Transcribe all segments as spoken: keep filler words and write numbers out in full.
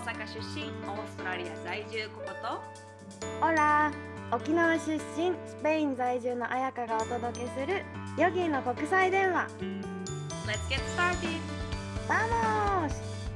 阪出身、オーストラリア在住ココとオラ沖縄出身、スペイン在住の彩香がお届けするヨギの国際電話。 Let's get started! Vamos!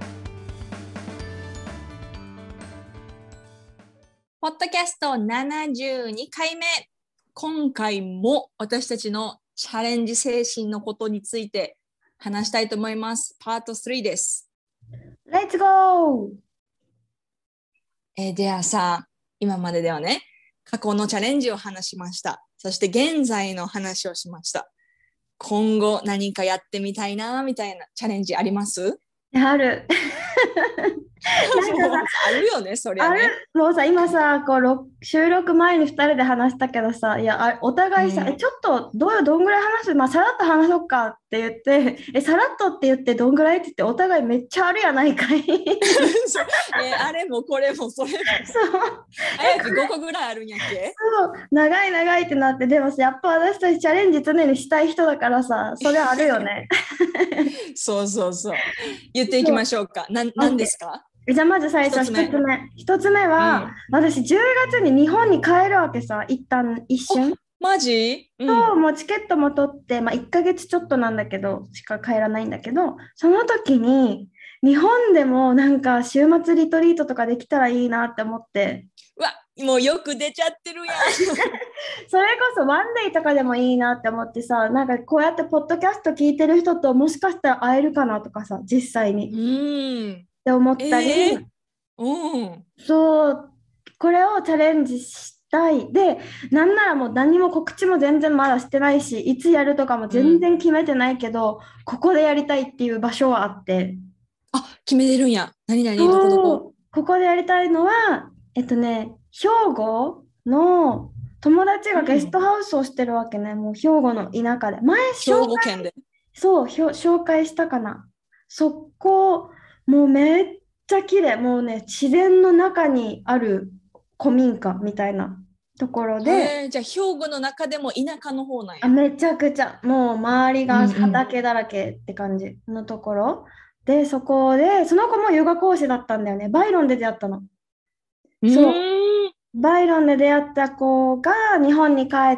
ポッドキャストななじゅうにかいめ。今回も私たちのチャレンジ精神のことについて話したいと思います。パートスリーです。 Let's go! えー、ではさ、今までではね、過去のチャレンジを話しました。そして現在の話をしました。今後何かやってみたいなみたいなチャレンジあります？ あるなんかさあるよね、そりゃね。 ある。もうさ、今さ、こう収録前にふたりで話したけどさ、いや、あお互いさ、 うん、 えちょっとどうよ、どんぐらい話す、まあ、さらっと話そうかって言って、え、さらっとって言って、どんぐらいって言って、お互いめっちゃあるやないかい。 そうえーあれもこれもそれも。 そうあやぴごこぐらいあるんやっけ？ そう長い長いってなって、でもさ、やっぱ私たちチャレンジ常にしたい人だからさ、それあるよね。 そうそうそう。言っていきましょうか。な何ですか？ じゃあまず最初一つ目一つ目。一つ目は、うん、私じゅうがつに日本に帰るわけさ、一旦一瞬。 マジ？うん、 そう、もうチケットも取って、まあ、いっかげつちょっとなんだけど、しか帰らないんだけど、その時に日本でもなんか週末リトリートとかできたらいいなって思って。 うわ、もうよく出ちゃってるやん。 それこそワンデーとかでもいいなって思ってさ、なんかこうやってポッドキャスト聞いてる人ともしかしたら会えるかなとかさ、実際に。 うんって思ったり、 えーうん、 そうこれをチャレンジしたい。で、なんならもう何も告知も全然まだしてないし、いつやるとかも全然決めてないけど、うん、ここでやりたいっていう場所はあって。 あ、決めてるんや。何々どこどこ？ ここでやりたいのはえっとね兵庫の友達がゲストハウスをしてるわけね、うん、もう兵庫の田舎で前兵庫県でそう紹介したかな。そこもうめっちゃ綺麗、もうね自然の中にある古民家みたいなところで。 じゃあ兵庫の中でも田舎の方なんや。 あめちゃくちゃもう周りが畑だらけって感じのところ、うんうんで、そこで、その子もヨガ講師だったんだよね。バイロンで出会ったの。そう。バイロンで出会った子が日本に帰って、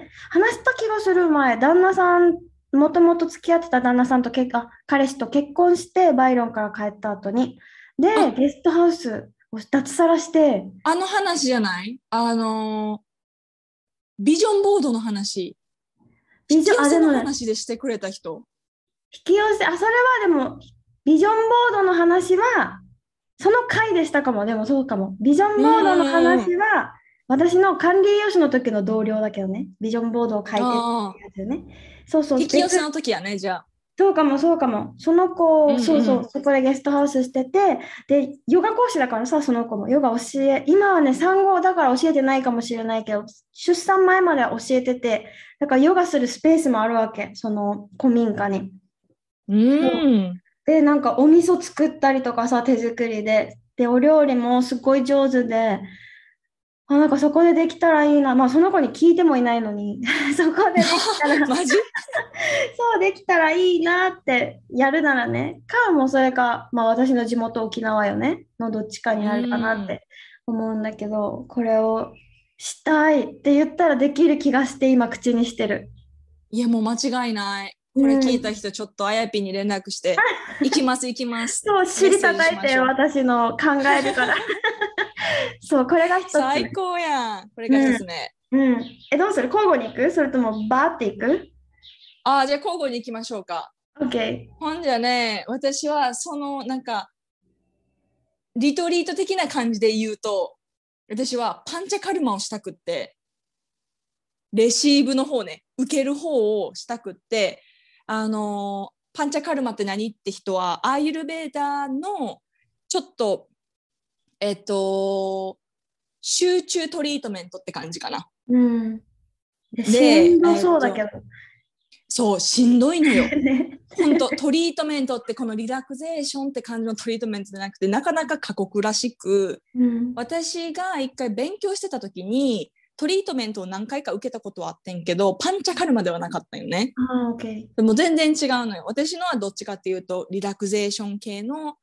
話した気がする前、旦那さん、もともと付き合ってた旦那さんと結あ彼氏と結婚して、バイロンから帰った後に。で、ゲストハウスを脱サラして。 あの話じゃない？あのー、ビジョンボードの話。ビジョン、あれの話でしてくれた人。 引き寄せ、あ、それはでも、ビジョンボードの話は、その回でしたかも。でもそうかも。ビジョンボードの話は、私の管理栄養士の時の同僚だけどね。ビジョンボードを書いてるやつよね。そうそう。 引き寄せの時やね、じゃあ。 そうかも、そうかも。その子、うんうん、そうそう、そこでゲストハウスしてて、で、ヨガ講師だからさ、その子もヨガ教え、今はね、産後だから教えてないかもしれないけど、出産前までは教えてて、だからヨガするスペースもあるわけ、その古民家に。 うんで、なんかお味噌作ったりとかさ、手作りで。で、お料理もすごい上手で、あ、なんかそこでできたらいいな。まあ、その子に聞いてもいないのに、そこでできたら、 マジそう、できたらいいなってやるならね、か、もうそれか、まあ私の地元沖縄よね、のどっちかになるかなって思うんだけど、これをしたいって言ったらできる気がして今口にしてる。 いや、もう間違いない。これ聞いた人、ちょっとあやぴに連絡して、うん、行きます、行きます。 そう、尻叩いて、私の考えるから。そう、これが一つ。 最高やん。これが一つ目。 うん。うん、え、どうする？交互に行く？それともバーって行く？ ああ、じゃあ交互に行きましょうか。 OK。 ほんじゃね、私はその、なんか、リトリート的な感じで言うと、私はパンチャカルマをしたくって、レシーブの方ね、受ける方をしたくって、あのパンチャカルマって何って人はアーユルベーダのちょっとえっと集中トリートメントって感じかな。 うん。で、しんどそうだけど、 えっと、そうしんどいのよ。本当トリートメントってこのリラクゼーションって感じのトリートメントじゃなくてなかなか過酷らしく、うん、私が一回勉強してた時にトリートメントを何回か受けたことはあってんけど、パンチャカルマではなかったよね。 あ、okay。 でも全然違うのよ。私のはどっちかっていうとリラクゼーション系の、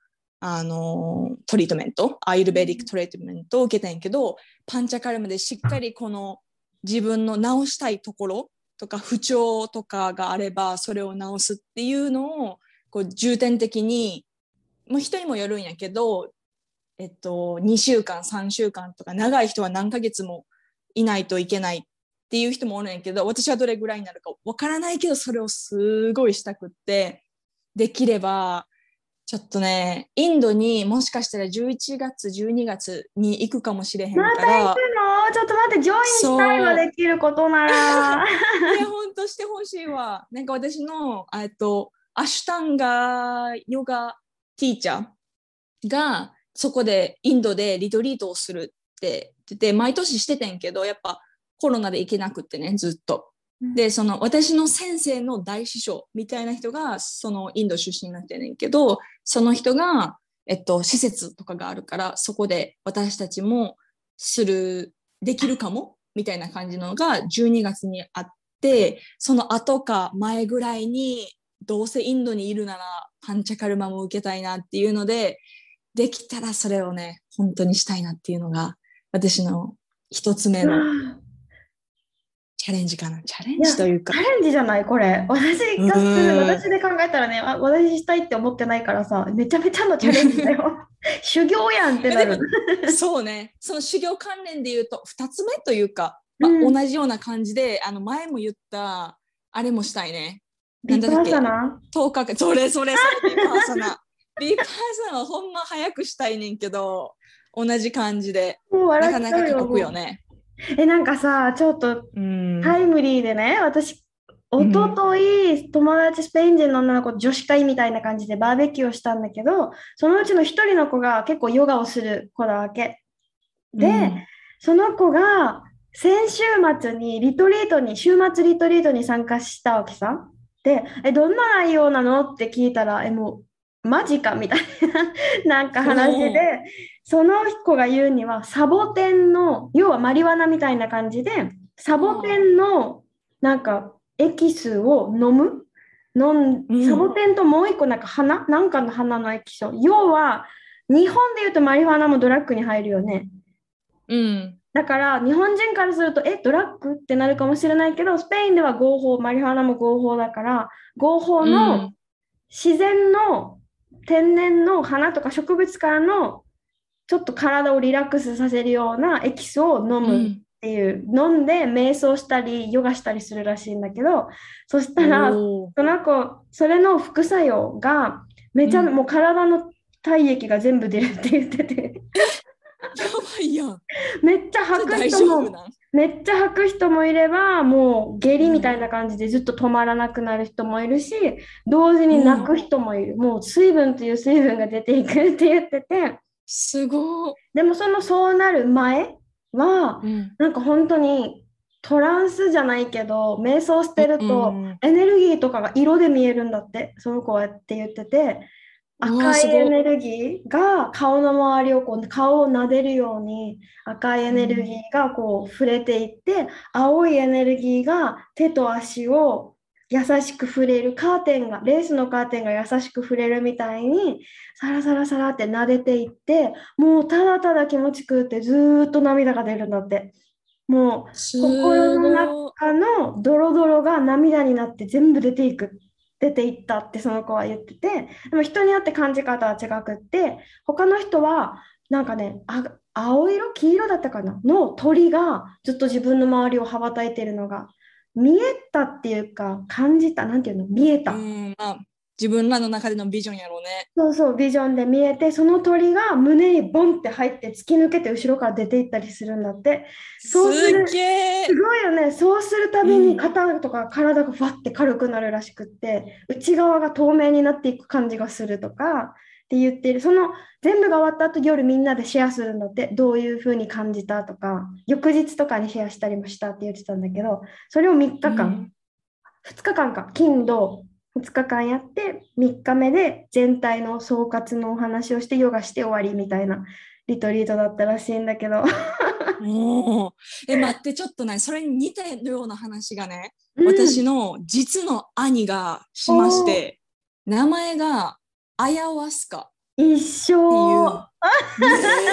あのトリートメント、アイルベディックトリートメントを受けたんやけど、パンチャカルマでしっかりこの自分の直したいところとか不調とかがあればそれを直すっていうのをこう重点的に、もう人にもよるんやけど、えっと、にしゅうかんさんしゅうかんとか、長い人は何ヶ月もいないといけないっていう人もおるんやけど、私はどれぐらいになるかわからないけど、それをすごいしたくって、できればちょっとね、インドにもしかしたらじゅういちがつじゅうにがつに行くかもしれへんから。 また行くの？ちょっと待って、ジョインしたいわ、できることなら。 いや、ほんとしてほしいわ。なんか私の、えっと、アシュタンガヨガティーチャーが、そこでインドでリトリートをするって言って、毎年しててんけど、やっぱコロナで行けなくってね、ずっと。で、その私の先生の大師匠みたいな人が、そのインド出身になってんねんけど、その人が、えっと、施設とかがあるから、そこで私たちもする、できるかもみたいな感じのがじゅうにがつにあって、その後か前ぐらいに、どうせインドにいるならパンチャカルマも受けたいなっていうので、できたらそれをね、本当にしたいなっていうのが、私の一つ目のチャレンジかな。チャレンジというか。 チャレンジじゃないこれ。私がする、私で考えたらね、あ、私したいって思ってないからさ、めちゃめちゃのチャレンジだよ。修行やんってなる。 そうね。その修行関連で言うと、二つ目というか、まあうん、 同じような感じで、あの前も言った、あれもしたいね。 ビパーサナとおかかん、それそれそれ、ビパーサナ。ビパーサナはほんま早くしたいねんけど、同じ感じで、 もうな笑っちゃうよ。 かなか過酷よね。 え、なんかさ、ちょっとタイムリーでね、私、おととい、友達スペイン人の女の子、女子会みたいな感じでバーベキューをしたんだけど、そのうちの一人の子が結構ヨガをする子なわけ。で、 うん、 その子が先週末にリトリートに、週末リトリートに参加したわけさ。で、え、どんな内容なのって聞いたら、え、もう、マジかみたいななんか話で、その子が言うには、サボテンの、要はマリワナみたいな感じで、サボテンのなんかエキスを飲む飲ん、 うん、 サボテンともう一個なんか花、なんかの花のエキスを、要は、日本で言うとマリファナもドラッグに入るよね。 うん。 だから日本人からすると、え、ドラッグってなるかもしれないけど、スペインでは合法、マリファナも合法だから、合法の自然の天然の花とか植物からのちょっと体をリラックスさせるようなエキスを飲むっていう、うん、飲んで瞑想したりヨガしたりするらしいんだけど、そしたらその子、それの副作用がめちゃ、うん、もう体の体液が全部出るって言っててやばいやん。 めっちゃ吐く人もめっちゃ吐く人もいれば、もう下痢みたいな感じでずっと止まらなくなる人もいるし、同時に泣く人もいる、うん、もう水分という水分が出ていくって言ってて、 すごい。 でもそのそうなる前は、うん、なんか本当にトランスじゃないけど瞑想してるとエネルギーとかが色で見えるんだって、その子はって言ってて、赤いエネルギーが顔の周りをこう顔を撫でるように赤いエネルギーがこう触れていって、うん、青いエネルギーが手と足を優しく触れる、カーテンがレースのカーテンが優しく触れるみたいにサラサラサラって撫でていって、もうただただ気持ちくってずーっと涙が出るんだって。もう心の中のドロドロが涙になって全部出ていく出ていったってその子は言ってて、でも人によって感じ方は違くって、他の人はなんかね、あ青色黄色だったかなの鳥がずっと自分の周りを羽ばたいてるのが見えたっていうか、感じた、なんていうの、見えた。 うん、まあ、自分らの中でのビジョンやろうね。 そうそう、ビジョンで見えて、その鳥が胸にボンって入って突き抜けて後ろから出ていったりするんだって。そうする、 すげー。 すごいよね。そうするたびに肩とか体がファって軽くなるらしくって、うん、内側が透明になっていく感じがするとかって言ってる。その全部が終わった後、夜みんなでシェアするんだって。どういう風に感じたとか、翌日とかにシェアしたりもしたって言ってたんだけど、それをみっかかん、うん、ふつかかんか、金土ふつかかんやってみっかめで全体の総括のお話をしてヨガして終わりみたいなリトリートだったらしいんだけどおえ待ってちょっとね、それに似たような話がね、うん、私の実の兄がしまして、名前がアヤワスカ一緒。同っていうね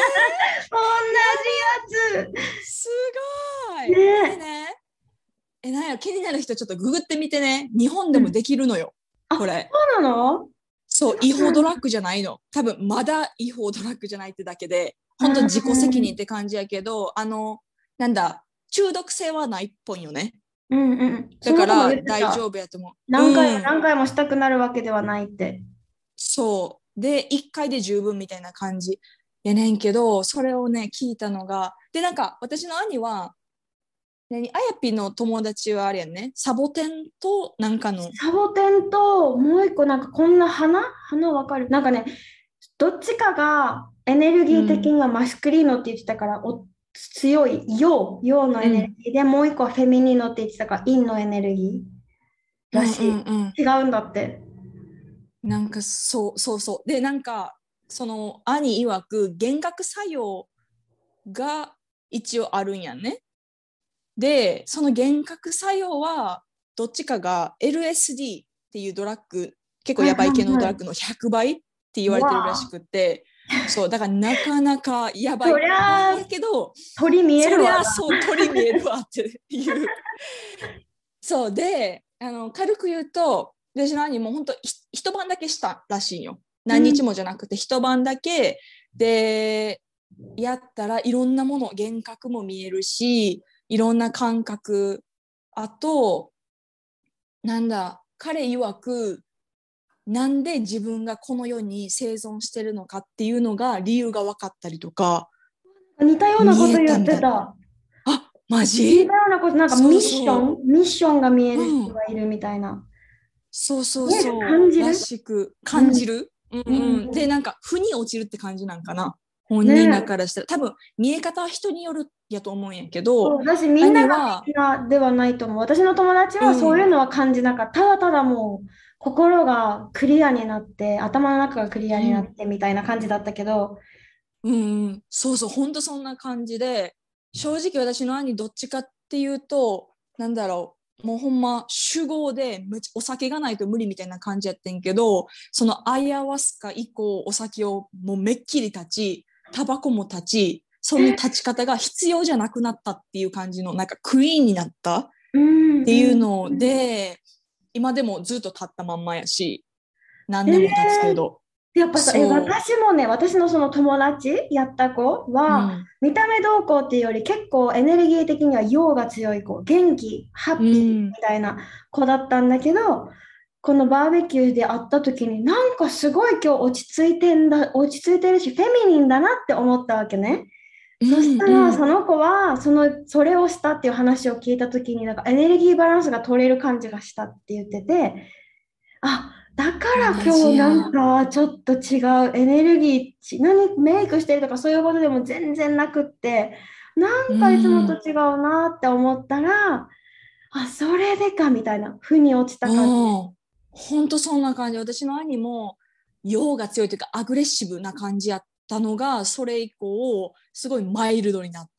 じやえ、すごい。でつ。ね。 ね、え、なんや気になる人ちょっとググってみてね。日本でうん。 もできるのよ、 あ、 これ。 そうなの？ そう、違うん。 法ドラッグじゃないの。多分まだ違法ドラッグじゃないってだけで、 う本当自己責任っんて感じやけど、あの、なんだ、中毒性はないっぽいよね。 うんうん。 だその子もから大言ってた。 丈夫やと思う。 何回もうん、 何回もしたくなるわけではないって。 そう。で、一回で十分みたいな感じやねんけど、それをね、聞いたのが、で、なんか私の兄は、何あやぴの友達はあれやんね、サボテンとなんかの、 サボテンともう一個なんかこんな花花わかるなんかね、どっちかがエネルギー的うん、 にはマスクリーノって言ってたからお強い陽、陽のエネルうん、 ギーで、もう一個はフェミニーノって言ってたから陰のエネルギーうん、うん、 らしい。 うん。 違うんだって。 なんかそう、そうそう。で、なんか、その兄曰く幻覚作用が一応あるんやんね。で、その幻覚作用は、どっちかが エルエスディー っていうドラッグ、結構はいはやばい系いはい。 のドラッグのひゃくばいって言われてるらしわあ。 くって、そう、だからなかなかやばそい。 りゃあ、 なんやけど、 鳥見えそるわな。 りゃそう鳥見えるわっていう。そうで、あの軽く言うと、私の兄も本当一晩だけしたらしいよ。何日うん。 もじゃなくて一晩だけでやったらいろんなもの幻覚も見えるし、いろんな感覚、あとなんだ彼曰くなんで自分がこの世に生存してるのかっていうのが理由が分かったりとか似たようなこ見と言っえたみたいな。 てた。 あ、マジ？ 似たようなこと、なんかミそうッショそン、ミッションが見えう。 るうん。 人がいるみたいな。 そうそう見える、 そう。ら感じる。 しくうん。 感じる。うんうん。 うん。で、なんか、負に落ちるって感じなんかな。本人らねえ。 からしたら。多分、見え方は人によるやと思うんやけど、 そうだし、みんなが兄は、 みんなではないと思う。私の友達うはそういうん、 のは感じなかった。ただただもう心がクリアになって、頭の中がクリアになっうん、 てみたいな感じだったけど、 うん、うん。そうそう、ほんとそんな感じで、正直私の兄どっちかっていうと、なんだろう、もうほんま酒豪でむちお酒がないと無理みたいな感じやってんけど、そのアイアワスカ以降お酒をもうめっきり断ち、タバコも断ち、その立ち方が必要じゃなくなったっていう感じの、なんかクリーンになったっうんていううんのうん。 で、今でもずっと立ったまんまやし、何えー、 年も経つけど。 やっぱさ、え、 そ私もね、私のその友達やった子う。うは、 ん。 見た目どうこうっていうより結構エネルギー的には陽が強い子、元気、ハうッピーみん。 たいな子だったんだけど、このバーベキューで会った時になんかすごい今日落ち着いてんだ、落ち着いてるし、フェミニンだなって思ったわけね。 うそしたら、そんうん。 の子は、その、それをしたっていう話を聞いた時に、なんかエネルギーバランスが取れる感じがしたって言ってて、あ、だから同今日なんじや。 かちょっと違うエネルギー、ち何メイクしてるとかそういうことでも全然なくって、なうんかいつもとん。 違うなって思ったら、あ、それでかみたいな、負に落ちた感じ。 うん。ほんとそんな感じ。私の兄も、陽が強いというか、アグレッシブな感じやったのが、それ以降、すごいマイルドになって、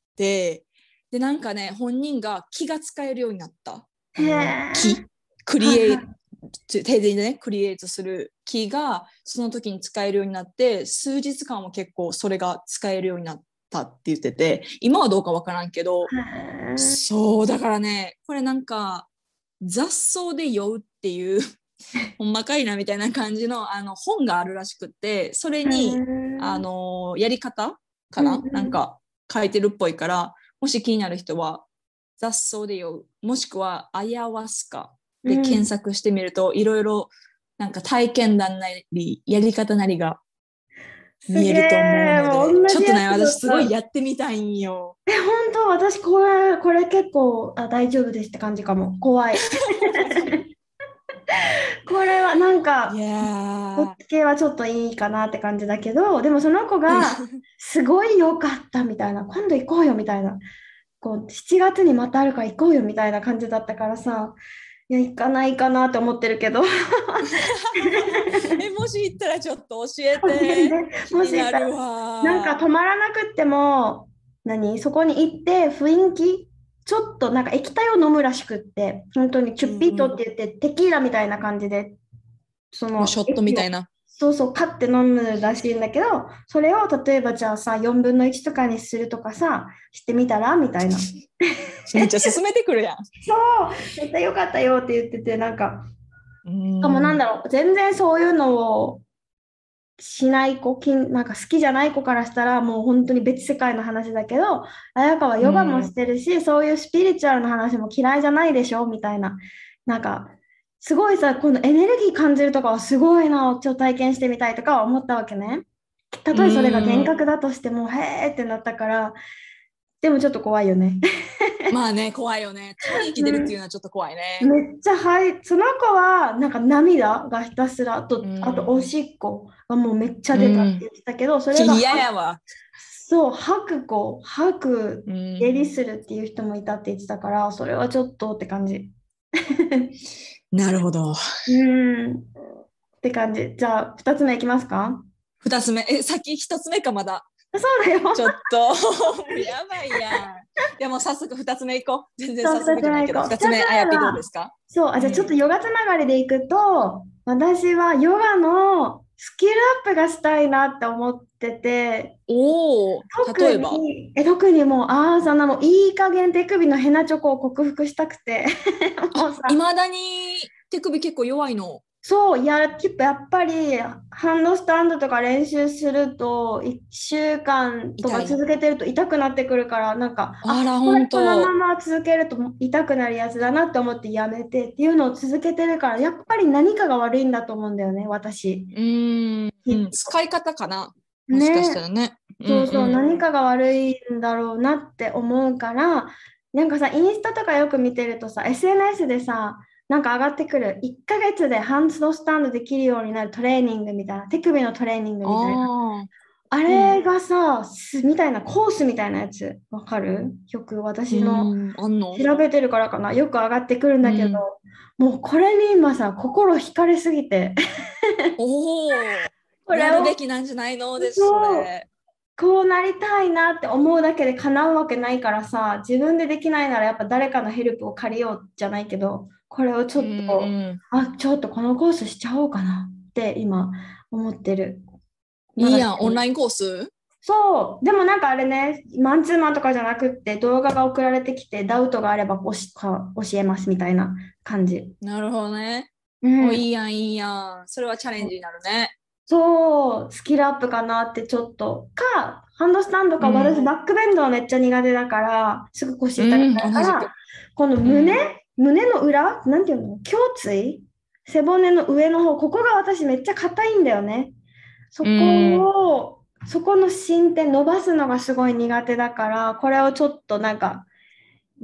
で、なんかね、本人が気が使えるようになった。 へあの、 え。 気。クリエイト、 はいはい。 手でね、クリエイトする気が、その時に使えるようになって、数日間は結構それが使えるようになったって言ってて、今はどうかわからんけど、 へえ。 そう、だからね、これなんか、雑草で酔うっていうほんまかいなみたいな感じのあの本があるらしくって、それへにあえ。 のやり方かうんななんうんか書いてるっぽいから、もし気になる人は雑草で酔う、もしくはアヤワスカで検うん。 索してみると、いろいろなんか体験談なりやり方なりがすげ見えると思うえ、 ので、 もう同ちょっとね、 じやつだ私すごいった。 やってみたいんよ。 え、本当、私これ、これ結構、あ、大丈夫ですって感じかも。怖い。 マジ？ これはなんいか、こっやち系はちょっといいかなって感じだけど、でもその子ー。 が、すごい良かったみたいな、今度行こうよみたいな、こう、しちがつにまたあるから行こうよみたいな感じだったからさ、いや、行かないかなって思ってるけど。 え、もし行ったらちょっと教え教えて。 て、 気もし行ったら、 になるなんかわ。 止まらなくっても、何そこに行って雰囲気、ちょっとなんか液体を飲むらしくって、本当にチうュッピーんうん。 トって言ってテキーラみたいな感じで、そのもうショットみ液を、 たいな。 そうそう、買って飲むらしいんだけど、それを例えばじゃあさ、よんぶんのいちとかにするとかさ、してみたらみたいな。 めっちゃ進めてくるやん。 そう、絶対よかったよって言ってて、なんか、 うしかもなんんだろう、全然そういうのをしない子、きんなんか好きじゃない子からしたら、もう本当に別世界の話だけど、綾香はヨガもしてるし、そういうスピリチュアルな話も嫌いじゃないでしょみたいな。なんか、すごいさ、このエネルギー感じるとかはすごいな、ちょっと体験してみたいとかは思ったわけね。たとえそれが幻覚だとしても、へーってなったから、でもちょっと怖いよね。 まあね、怖いよね。体液出るっていうのはちょっと怖いね。 めっちゃはい、その子はなんか涙がひたすら、あと、 うんあとおしっこがもうめっちゃ出たって言ってたけど、それが嫌やわ。 そう、吐く子、吐く、 うん下痢するっていう人もいたって言ってたから、それはちょっとって感じ。 なるほど。 うん。って感じ。じゃあ、二つ目いきますか？ 二つ目、え、先一つ目かまだ。 そうだよ。 ちょっとやばいやん。でも早速二つ目いこう。全然そう早速じゃないけど、 二つ目行こう二つ目、 二つ目はあやぴどうですか？ そう、あ、じゃあちょっとヨガつながりでいくと、私はヨガのスキルアップがしたいなって思ってて、 おお、 特例えば。 に、え、特にもう、ああ、そんなもういい加減手首のヘナチョコを克服したくて、もうさ、 いまだに手首結構弱いの。 そう、や、やっぱりハンドスタンドとか練習すると、いっしゅうかんとか痛い。 続けてると痛くなってくるから、なんか、あ、 あら、ほんこれこのまと。 ま続けると痛くなるやつだなって思ってやめてっていうのを続けてるから、やっぱり何かが悪いんだと思うんだよね、私。 うーん、 きっと使い方かな。もしかしたね。 らね。 そうそう、 うんうん。 何かが悪いんだろうなって思うから、なんかさ、インスタとかよく見てるとさ、エスエヌエス でさ、なんか上がってくる、いっかげつでハンドスタンドできるようになるトレーニングみたいな、手首のトレーニングみたいな。 ああ、 あれがさ、すみたいな、コースみたいなやつ、わかる？よくう私のん、あんの？ 調べてるからかな、よく上がってくるんだけど、 うんもうこれに今さ、心惹かれすぎて、 おお、 これを、 やるべきなんじゃないのです、そそう、 れ。 こうなりたいなって思うだけで叶うわけないからさ、自分でできないならやっぱ誰かのヘルプを借りようじゃないけど、これをちょっうんと、 うあ、ちょっとこのコースしちゃおうかなって今思ってる。 ん。いいやん、 まだオンラインコース？ そう、でもなんかあれね、マンツーマンとかじゃなくって動画が送られてきて、ダウトがあればおしか教えますみたいな感じ。 なるほどね。 うんお、いいやん、いいやん。それはチャレンジになるね。 そう、スキルアップかなってちょっと。か、ハンドスタンドか、 うん私バックベンドはめっちゃ苦手だから、すぐ腰痛くうん、 なるか同じく。 ら、この胸、 うん胸の裏、なんていうの、胸椎、背骨の上の方、ここが私めっちゃ硬いんだよね。そこを、そこの進展伸ばすのがすごい苦手だから、これをちょっとなんか、うん、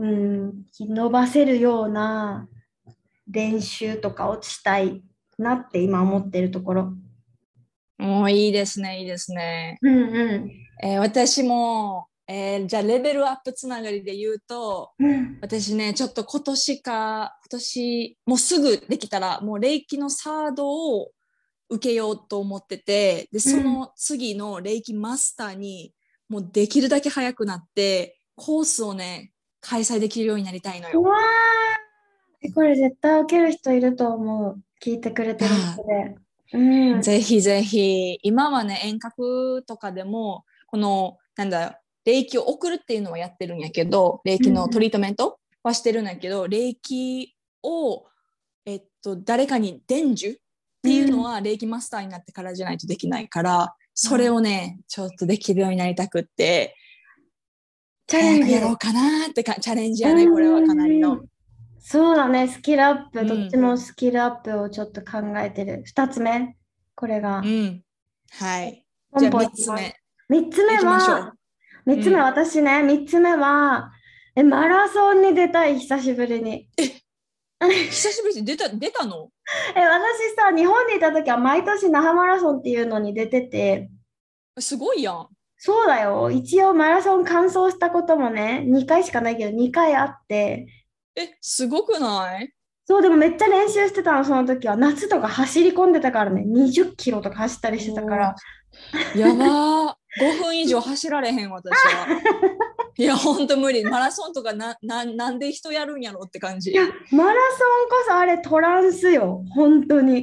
伸ばせるような練習とかをしたいなって今思ってるところ。 もういいですね、いいですね。 うんうん。 えー私も、えーじゃあレベルアップつながりで言うと、 うん私ね、ちょっと今年か、今年、もうすぐできたら、もうレイキのサードを受けようと思ってて、で、その次のレイキマスターに、もうできるだけ早くなって、コースをね、開催できるようになりたいのよ。 うわー、これ絶対受ける人いると思う。聞いてくれてる人で。うん。 ぜひぜひ、今はね、遠隔とかでも、この、なんだ、霊気を送るっていうのはやってるんやけど、霊気のトリートメントはしてるんやけど、霊気を、えっと、誰かに伝授っていうのは、霊気マスターになってからじゃないとできないから、それをね、ちょっとできるようになりたくって、 チャレンジ早くやろうかなってか、チャレンジやね、これはかなりの。 そうだね、スキルアップ、 うんどっちもスキルアップをちょっと考えてる。二つ目、これが。 うん。はい。 ポンポンじゃあ三つ目。 三つ目行きましょはう、 三つ目、 うん私ね、三つ目は、え、マラソンに出たい、久しぶりに。 久しぶりに出た、出たの？ え、私さ、日本にいた時は毎年那覇マラソンっていうのに出てて、 すごいやん。 そうだよ。一応マラソン完走したこともね、にかいしかないけど、にかいあって、 え、すごくない？ そう、でもめっちゃ練習してたの、その時は。夏とか走り込んでたからね、にじゅっキロとか走ったりしてたから。 やばー。ごふん以上走られへん、私は。いや、ほんと無理。マラソンとかな、な、なんで人やるんやろって感じ。 いや、マラソンこそあれトランスよ、本当に。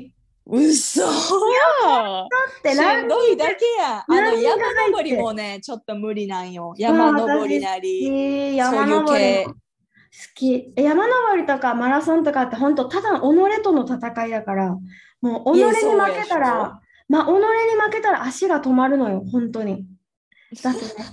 うそーってしんどいだけや。あのランニング山入って登りもね、ちょっと無理なんよ。 まあ山登りなり、 私、山そういう系。 登りも好き。え山登りとかマラソンとかって本当ただの己との戦いだから、もう己いや、 にそう負けやしょ。 たら、まあ、己に負けたら足が止まるのよ、本当に。だってね。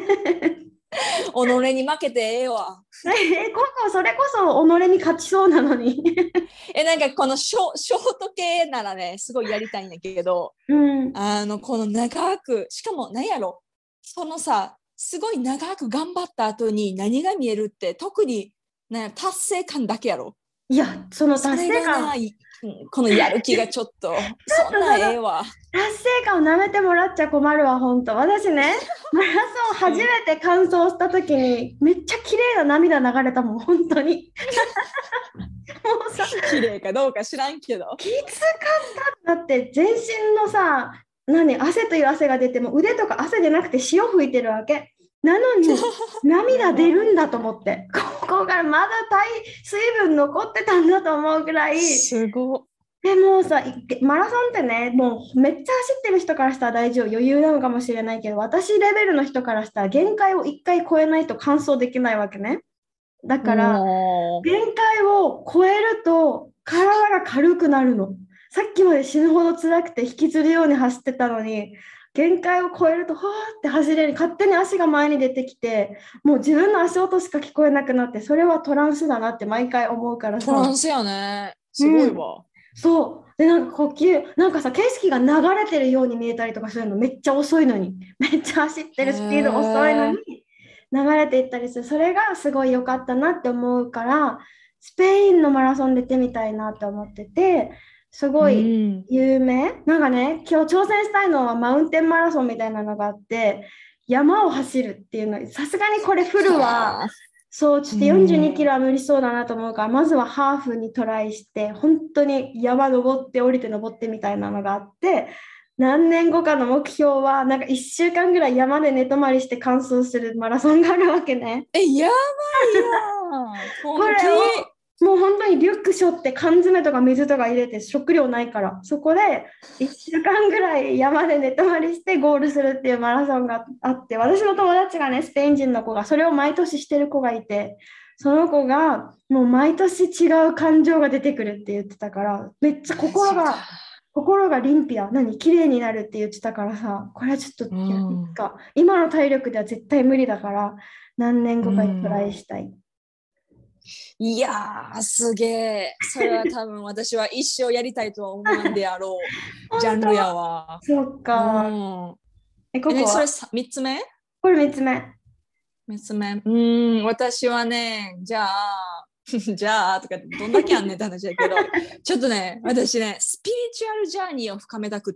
己に負けてええわ。 え、ここそれこそ己に勝ちそうなのに。 え、なんかこのショ、ショート系ならね、すごいやりたいんだけど、 うん。 あの、この長く、しかも何やろ、そのさ、すごい長く頑張った後に何が見えるって、特に、ね、達成感だけやろ。 いや、そのそ達れがな成感、 い、うんこのやる気がちょっと、 ちょっそんなんええとそのわ。 達成感を舐めてもらっちゃ困るわ、本当。私ね、マラソン初うんめて完走した時に、めっちゃ綺麗な涙流れたもん、本当に。もうさ、 綺麗かどうか知らんけど。 きつかっただって全身のさ、何、汗という汗が出ても腕とか汗じゃなくて潮吹いてるわけ。なのに涙出るんだと思って、ここからまだ体水分残ってたんだと思うぐらい。 すごでもさ、いマラソンってね、もうめっちゃ走ってる人からしたら大丈夫、余裕なのかもしれないけど、私レベルの人からしたら限界をいっかい超えないと完走できないわけね。だい。 からも限界を超えると体が軽くなるの。さっきまで死ぬほど辛くて引きずるように走ってたのに、限界を超えるとほーって走れる、勝手に足が前に出てきて、もう自分の足音しか聞こえなくなって、それはトランスだなって毎回思うからうトさ。 ランスやね。すごいうん、 わ。 そう。で、なんか呼吸、なんかさ、景色が流れてるように見えたりとかするの、めっちゃ遅いのに。めっちゃ走ってへるスピード遅いのえ。 に、流れていったりする。それがすごい良かったなって思うから、スペインのマラソン出てみたいなって思ってて、すうごいん。 有名。なんかね、今日挑戦したいのはマウンテンマラソンみたいなのがあって、山を走るっていうの、さすがにこれフルは、 はあ。 そう、ちょうっとよんじゅうにキん。 ロは無理そうだなと思うから、まずはハーフにトライして、本当に山登って降りて登ってみたいなのがあって、何年後かの目標は、なんかいっしゅうかんぐらい山で寝泊まりして完走するマラソンがあるわけね。 え、やばいやん。本気。 これをもう本当にリュック背負って缶詰とか水とか入れて食料ないから、そこでいっしゅうかんぐらい山で寝泊まりしてゴールするっていうマラソンがあって、私の友達がね、スペイン人の子がそれを毎年してる子がいて、その子がもう毎年違う感情が出てくるって言ってたから、めっちゃマジか。 心が心がリンピア、何、綺麗になるって言ってたからさ、これはちょっとうやいつん。 か、今の体力では絶対無理だから、何年う後かにトライん。 したい。 いやー、すげえ。それは多分私は一生やりたいとは思わんであろう。ジャ本当、 ンルやわ。 そっうか。 ん。 え、こえ、ね、それこはさ三つ目これみっつめ。 三つ目。うーん、私はね、じゃあ、じゃあ、とか、どんだけあんねんって話だけど、ちょっとね、私ね、スピリチュアルジャーニーを深めたくって、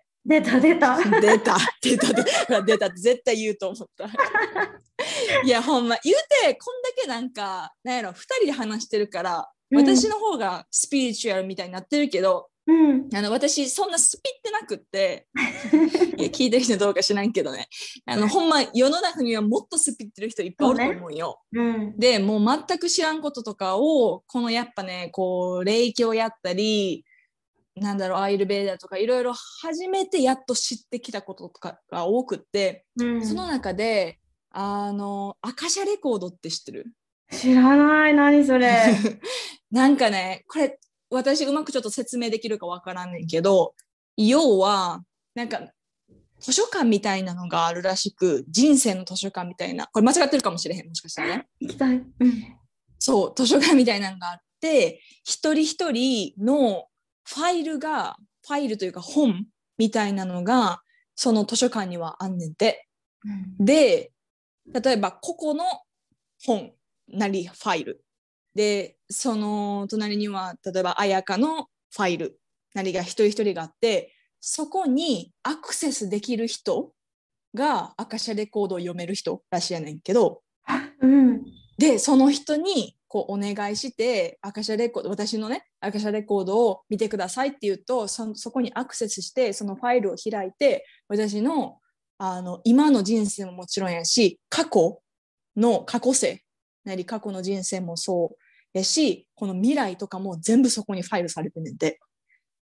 出た出た。 出た、出た、出た、出たって絶対言うと思った。いや、ほんま、言うて、こんだけなんか、なんやろ、二人で話してるから、私の方がスピリチュアルみたいになってるけど、 うん。 あの私そんなスピってなくっていや聞いてる人どうか知らんけどね、あのほんま世の中にはもっとスピってる人いっぱいおると思うよ。 うん。 でもう全く知らんこととかをこのやっぱねこう霊気をやったりなんだろうアイルベーダーとかいろいろ初めてやっと知ってきたこととかが多くって、 うん、 その中であのアカシャレコードって知ってる？ 知らない。何それ。 なんかねこれ私うまくちょっと説明できるかわからんねんけど、要はなんか図書館みたいなのがあるらしく、人生の図書館みたいな、これ間違ってるかもしれへん、もしかしたらね。 行きたい。うん。 そう図書館みたいなのがあって、一人一人のファイルがファイルというか本みたいなのがその図書館にはあんねんて。 うん、 で例えばここの本なりファイルで、その隣には例えば彩香のファイルなりが一人一人があって、そこにアクセスできる人がアカシャレコードを読める人らしいやねんけど、 うん、 でその人にこうお願いしてアカシャレコード私のねアカシャレコードを見てくださいって言うと、 そ, そこにアクセスしてそのファイルを開いて私のあの今の人生ももちろんやし過去の過去世なり過去の人生もそうやしこの未来とかも全部そこにファイルされてんねんて。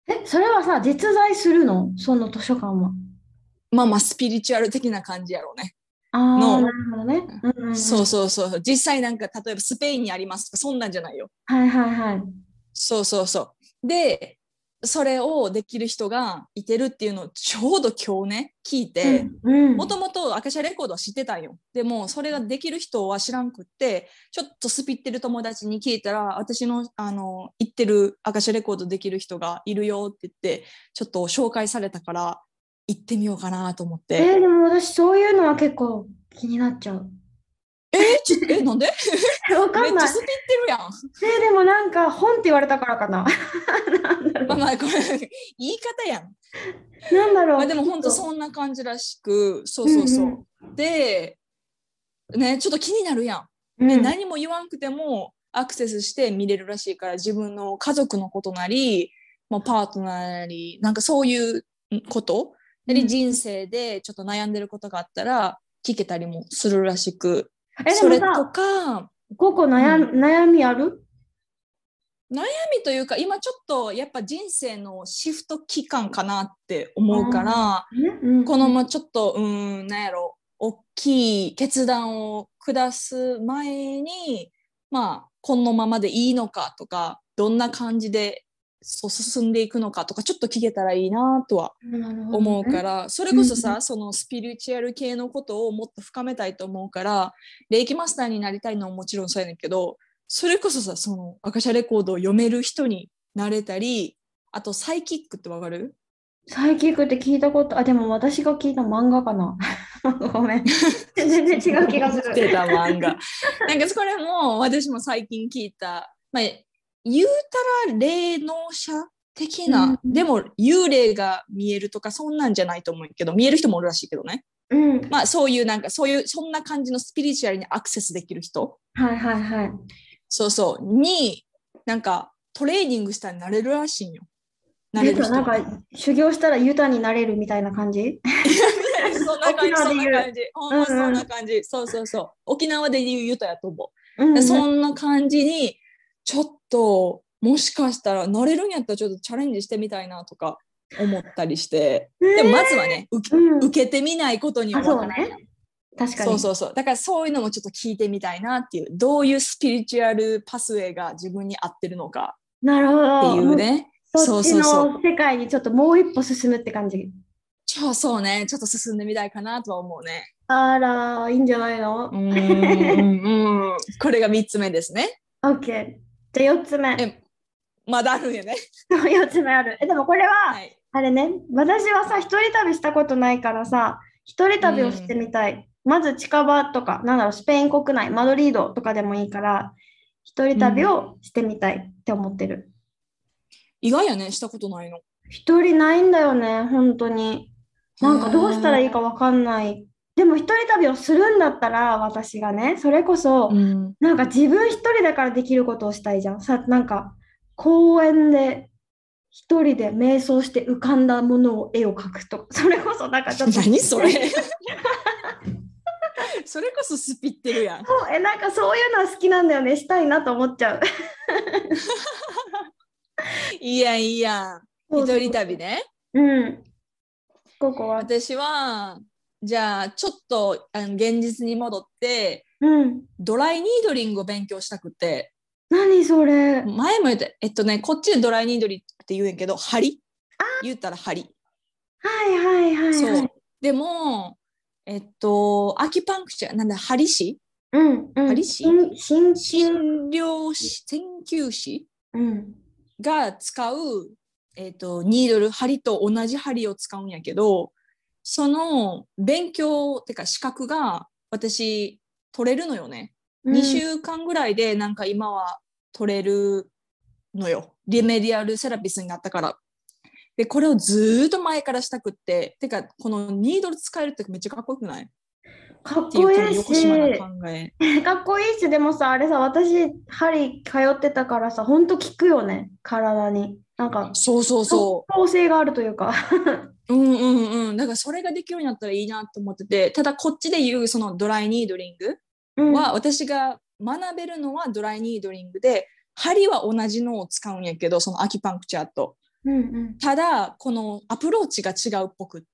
え、それはさ、実在するのその図書館は？ まあまあスピリチュアル的な感じやろうね。 ああ、なの、 るほどね。うんうんうそうん。 そうそう。実際なんか例えばスペインにありますとかそんなんじゃないよ。 はいはいはい。 そうそうそう。で、それをできる人がいてるっていうのをちょうど今日ね、聞いて、 うんうもん。 ともとアカシャレコードは知ってたんよ。でも、それができる人は知らんくって、ちょっとスピってる友達に聞いたら、私の、あの、行ってるアカシャレコードできる人がいるよって言って、ちょっと紹介されたから、行ってみようかなと思って。 えーでも私そういうのは結構気になっちゃう。 えー、ちょっと、え、なんで？ わかんない。 めっちゃスピってるやん。 えーでもなんか本って言われたからかな。なんだろう。 まあまあ、これ、言い方やん。 なんだろう。 まあでもちょっと。 本当そんな感じらしく、そううそうんうん。 そう。で、ね、ちょっと気になるやん。で、 うん。 何も言わんくてもアクセスして見れるらしいから、自分の家族のことなり、まあ、パートナーなり、なんかそういうことなり、 うん。 人生でちょっと悩んでることがあったら聞けたりもするらしく、 え、でそれともさ、 か、 ここ悩うん、 み、悩みある？ 悩みというか、今ちょっとやっぱ人生のシフト期間かなってあ思うかあら、 ー、ね、うんうん。 このままちょっと、うーん、なんやろ、大きい決断を下す前に、まあ、このままでいいのかとか、どんな感じでそう進んでいくのかとか、ちょっと聞けたらいいなとはなるほどね。 思うから、それうんこそさ、そのスピリチュアル系のことをもっと深めたいと思うから、霊気マスターになりたいのももちろんそうやねんけど、それこそさ、そのアカシャレコードを読める人になれたり、あとサイキックってわかる？ サイキックって聞いたこと、あ、でも私が聞いた漫画かな。ごめん。全然違う気がする。 出た漫画。なんかこれも私も最近聞いた、まあ、言うたら霊能者的うん、 な、でも幽霊が見えるとかそんなんじゃないと思うけど、見える人もおるらしいけどね。 うん。 まあそういうなんかそういうそんな感じのスピリチュアルにアクセスできる人、 はいはいはい。 そうそうになんかトレーニングしたらなれるらしいんよ。なれる出た、なんか人はね。 修行したらユタになれるみたいな感じ？ そんな沖感じ、そん縄で言う。 な感じ。ほんまそんうんうん。 な感じ。そうそうそう。沖縄で言うユタやと思う。 うんうん。 そんな感じに、ちょっと、もしかしたら、乗れるんやったらちょっとチャレンジしてみたいなとか思ったりして。 えでもまずはね、受けー、うん。 受けてみないことにあ、 はわそうね。 からんやん。 確かに。 そうそうそう。だからそういうのもちょっと聞いてみたいなっていう、どういうスピリチュアルパスウェイが自分に合ってるのかなるほっていど。もううね。そうそっちそうそう。 の世界にちょっともう一歩進むって感じ。 超そうね。ちょっと進んでみたいかなとは思うね。 あら、いいんじゃないの？ うーん、うんうん。これがみっつめですね。 ?OK。じゃあよっつめ。 え、まだあるんやね。 よっつめある。え、でもこれは、 はい。 あれね、私はさ、一人旅したことないからさ、一人う旅をしてん。 みたい。まず近場とか、なんだろう、スペイン国内、マドリードとかでもいいから、一人旅うん。 をしてみたいって思ってる。 意外やね、したことないの。 一人ないんだよね、本当に。 へなんかどうしたらいいかえ。 わかんない。でも一人旅をするんだったら、私がね、それこそ、 うん。 なんか自分一人だからできることをしたいじゃん。さ、なんか公園で一人で瞑想して浮かんだものを絵を描くとか、それこそなんかちょっと、 何それ？それこそスピってるやん。 そうえ、なんかそういうのは好きなんだよね。したいなと思っちゃう。 いいやん、いいやん。一そうそ人うそう。 旅ね。 うん。ここは。 私は、じゃあ、ちょっとあの現実に戻って、 うん。 ドライニードリングを勉強したくて、 何それ？ 前も言った、えっとね、こっちでドライニードリングって言うんやけど、針言ったら針。 はいはいはいはい。 そう。でも、えっと、アキュパンクチャー、なんだ、針師うんうん。 針師鍼鍼灸。 診療師、鍼灸師うん。 が使う、えっと、ニードル、針と同じ針を使うんやけど、その勉強ってか資格が私取れるのよね。 うん。 にしゅうかんぐらいでなんか今は取れるのよ。リメディアルセラピスになったから。で、これをずーっと前からしたくって、てか、このニードル使えるってめっちゃかっこよくない？っかっていうこのこいい横島な考し、 え。 かっこいいし、でもさ、あれさ、私、針通ってたからさ、ほんと効くよね、体に。なんか、 そうそう即そ効性があるというか。 う。うんうんうん。だからそれができるようになったらいいなと思ってて、ただこっちで言うそのドライニードリングは、 うん。 私が学べるのはドライニードリングで、針は同じのを使うんやけど、そのアキパンクチャーと。 うんうんただこのアプローチが違うっぽくって、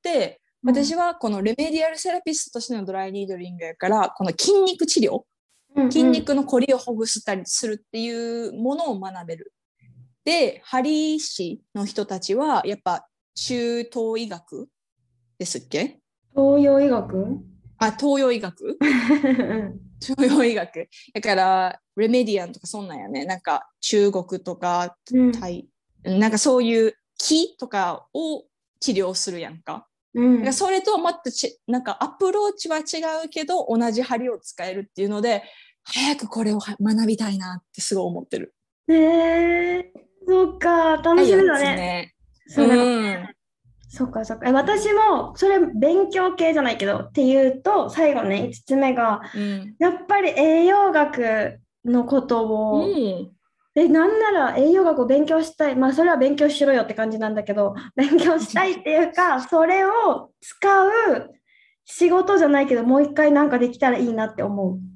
私はこのレメディアルセラピストとしてのドライニードリングやから、この筋肉治療、 うんうん、 筋肉のこりをほぐしたりするっていうものを学べる。で、針師の人たちはやっぱ中東医学ですっけ？ 東洋医学あ、東洋医学東洋医学だからレメディアンとかそんなんやね。なんか中国とかタイ、うん、なんかそういう木とかを治療するやんか。うん、だからそれともっとちなんかアプローチは違うけど同じ針を使えるっていうので、早くこれを学びたいなってすごい思ってる。 へえー、そっか、楽しみだね。 ね、 そうだね、うん、そっかそっか。私もそれ勉強系じゃないけどっていうと、最後ね、いつつめが、うん、やっぱり栄養学のことを、うん、え、なんなら栄養学を勉強したい、まあそれは勉強しろよって感じなんだけど、勉強したいっていうか、それを使う仕事じゃないけど、もう一回なんかできたらいいなって思う。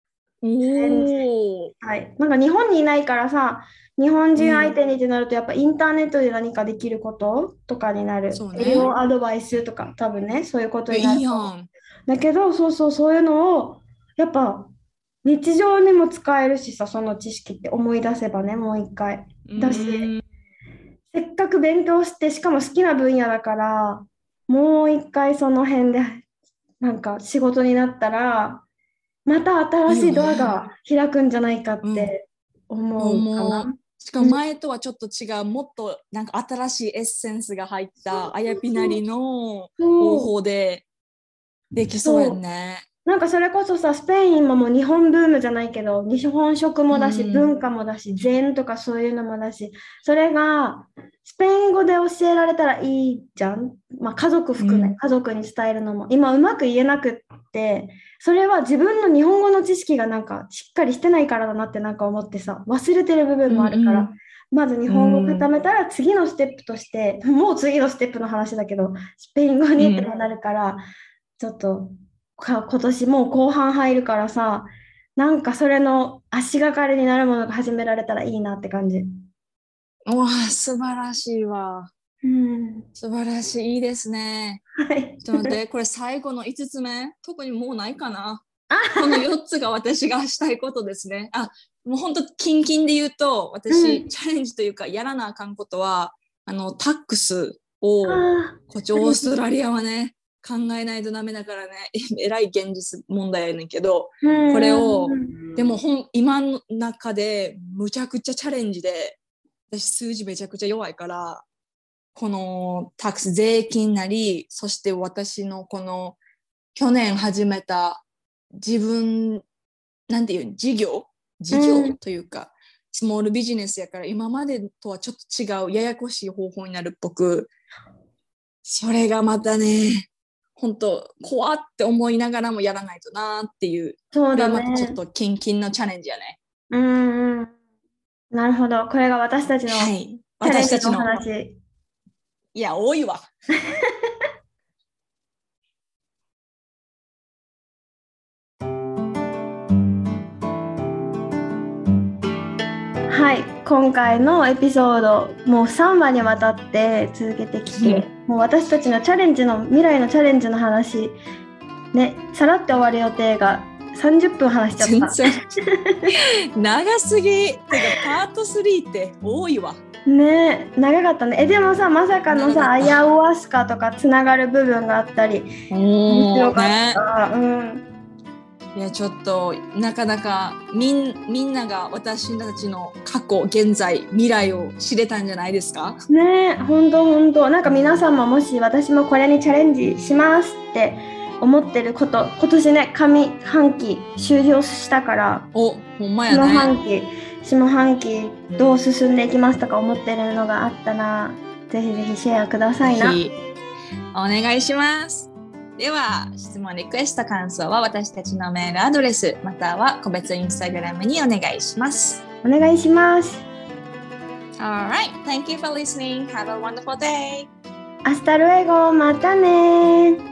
おはい、なんか日本にいないからさ、日本人相手にってなるとやっぱインターネットで何かできることとかになる、ね、栄養アドバイスとか多分ね、そういうことになると思う。だけどそうそう、そういうのをやっぱ日常にも使えるしさ、その知識って思い出せばね、もう一回だし、せっかく勉強して、しかも好きな分野だからもう一回その辺でなんか仕事になったらまた新しいドアが開くんじゃないかって思うかな。 うん、しかも前とはちょっと違う、もっとなんか新しいエッセンスが入ったあやぴなりの方法でできそうやね。 なんかそれこそさ、スペインももう日本ブームじゃないけど、日本食もだし、うん、文化もだし、禅とかそういうのもだし、それがスペイン語で教えられたらいいじゃん。まあ、家族含め、うん、家族に伝えるのも今うまく言えなくって、それは自分の日本語の知識がなんかしっかりしてないからだなってなんか思ってさ、忘れてる部分もあるから、うんうん、まず日本語を固めたら次のステップとして、うん、もう次のステップの話だけどスペイン語にってなるから、うん、ちょっと今年もう後半入るからさ、なんかそれの足がかりになるものが始められたらいいなって感じ。 うわあ、素晴らしいわ。うん、素晴らしい、いいですね。はい。ちょっと待って、これ最後のいつつめ、特にもうないかな。このよっつが私がしたいことですね。あ、もう本当キンキンで言うと、私、うん、チャレンジというかやらなあかんことは、あのタックスをこっちオーストラリアはね考えないとダメだからね、えらい現実問題やねんけど、これをでもほん今の中でむちゃくちゃチャレンジで、私数字めちゃくちゃ弱いから、このタックス税金なり、そして私のこの去年始めた自分なんていう事業事業というか、うん、スモールビジネスやから今までとはちょっと違うややこしい方法になるっぽく、それがまたね本当怖って思いながらもやらないとなっていう、 そうだね、 これまたちょっとキンキンのチャレンジやね。 うん、なるほど。これが私たちのチャレンジの話、はい、 いや多いわはい、今回のエピソードもうさんわにわたって続けてきて、うん、もう私たちのチャレンジの未来のチャレンジの話ね、さらって終わる予定がさんじゅっぷん話しちゃった長すぎてかパートスリーって多いわね、長かったね。えでもさ、まさかのさアヤオワスカとかつながる部分があったり面白かった、ね、うんいやちょっとなかなかみ ん, みんなが私たちの過去現在未来を知れたんじゃないですかね。ほんとほんと、なんか皆さんももし私もこれにチャレンジしますって思ってること、今年ね上半期終了したから、 おほんまやね、 下半期下半期どう進んでいきますとか思ってるのがあったら、ぜひぜひシェアくださいな。 お願いします。では質問リクエスト感想は私たちのメールアドレスまたは個別インスタグラムにお願いします。 お願いします。 Alright, thank you for listening. Have a wonderful day. アスタルエゴ、またね。